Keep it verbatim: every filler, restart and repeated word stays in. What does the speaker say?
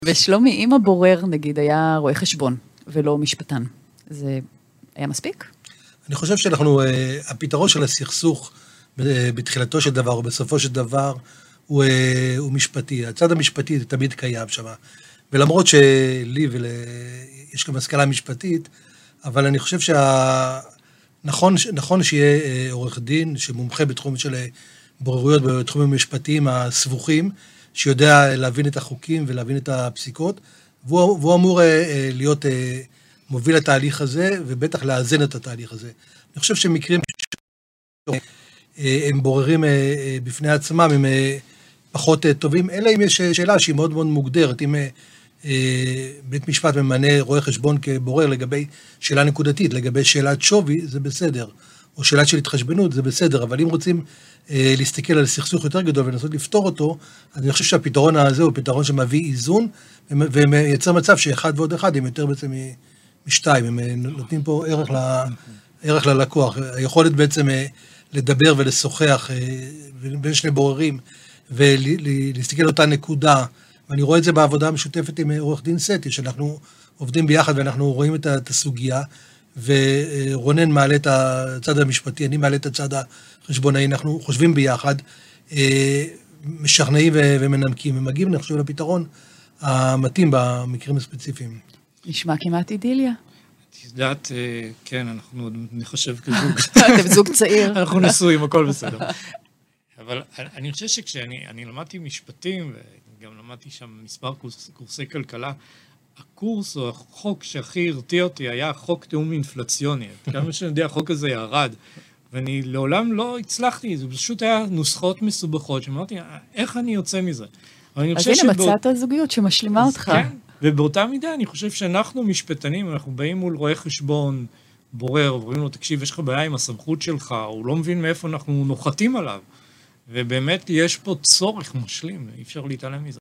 ושלומי, אם הבורר, נגיד, היה רואה חשבון ולא משפטן, זה היה מספיק? אני חושב שאנחנו, הפתרון של הסכסוך בתחילתו של דבר או בסופו של דבר הוא, הוא משפטי. הצד המשפטי זה תמיד קיים שם. ולמרות שלי יש גם השכלה משפטית, אבל אני חושב שנכון, נכון שיהיה עורך דין שמומחה בתחום של בוררויות, בתחומים המשפטיים הסבוכים, שיודע להבין את החוקים ולהבין את הפסיקות, והוא, והוא אמור להיות מוביל לתהליך הזה, ובטח לאזן את התהליך הזה. אני חושב שמקרים הם בוררים בפני עצמם, הם פחות טובים, אלא אם יש שאלה שהיא מאוד מאוד מוגדרת, אם בית משפט ממנה רואה חשבון כבורר לגבי שאלה נקודתית, לגבי שאלת שווי, זה בסדר, או שאלת של התחשבנות, זה בסדר, אבל אם רוצים להסתכל על סכסוך יותר גדול ולנסות לפתור אותו, אז אני חושב שהפתרון הזה הוא פתרון שמביא איזון, ומייצר מצב שאחד ועוד אחד הם יותר בעצם משתיים, הם נותנים פה ערך, ל, ערך ללקוח, היכולת בעצם לדבר ולשוחח בין שני בוררים, ולהסתכל על אותה נקודה, ואני רואה את זה בעבודה המשותפת עם עורך דין סטי, שאנחנו עובדים ביחד ואנחנו רואים את הסוגיה, ורונן מעלה את הצד המשפטי, אני מעלה את הצד החשבונאי, אנחנו חושבים ביחד, משכנעים ומנמקים, ומגיעים, אני חושב, לפתרון המתאים במקרים הספציפיים. נשמע כמעט אידיליה. את יודעת, כן, אנחנו נחשב כזוג. אתם זוג צעיר. אנחנו נשואים, הכל בסדר. אבל אני חושב שכשאני למדתי משפטים, וגם למדתי שם מספר קורסי כלכלה, הקורס או החוק שהכי הרתיע אותי היה חוק תיאום אינפלציוני. כמה שאני יודע, החוק הזה ירד, ואני לעולם לא הצלחתי, זה פשוט היה נוסחאות מסובכות, שאמרתי, איך אני יוצא מזה? אז הנה מצאת הזוגיות שמשלימה אותך. כן, ובאותה מידה אני חושב שאנחנו משפטנים, אנחנו באים מול רואה חשבון, בורר, אומרים לו, תקשיב, יש לך בעיה עם הסמכות שלך, הוא לא מבין מאיפה אנחנו נוחתים עליו, ובאמת יש פה צורך משלים, אי אפשר להתעלם מזה.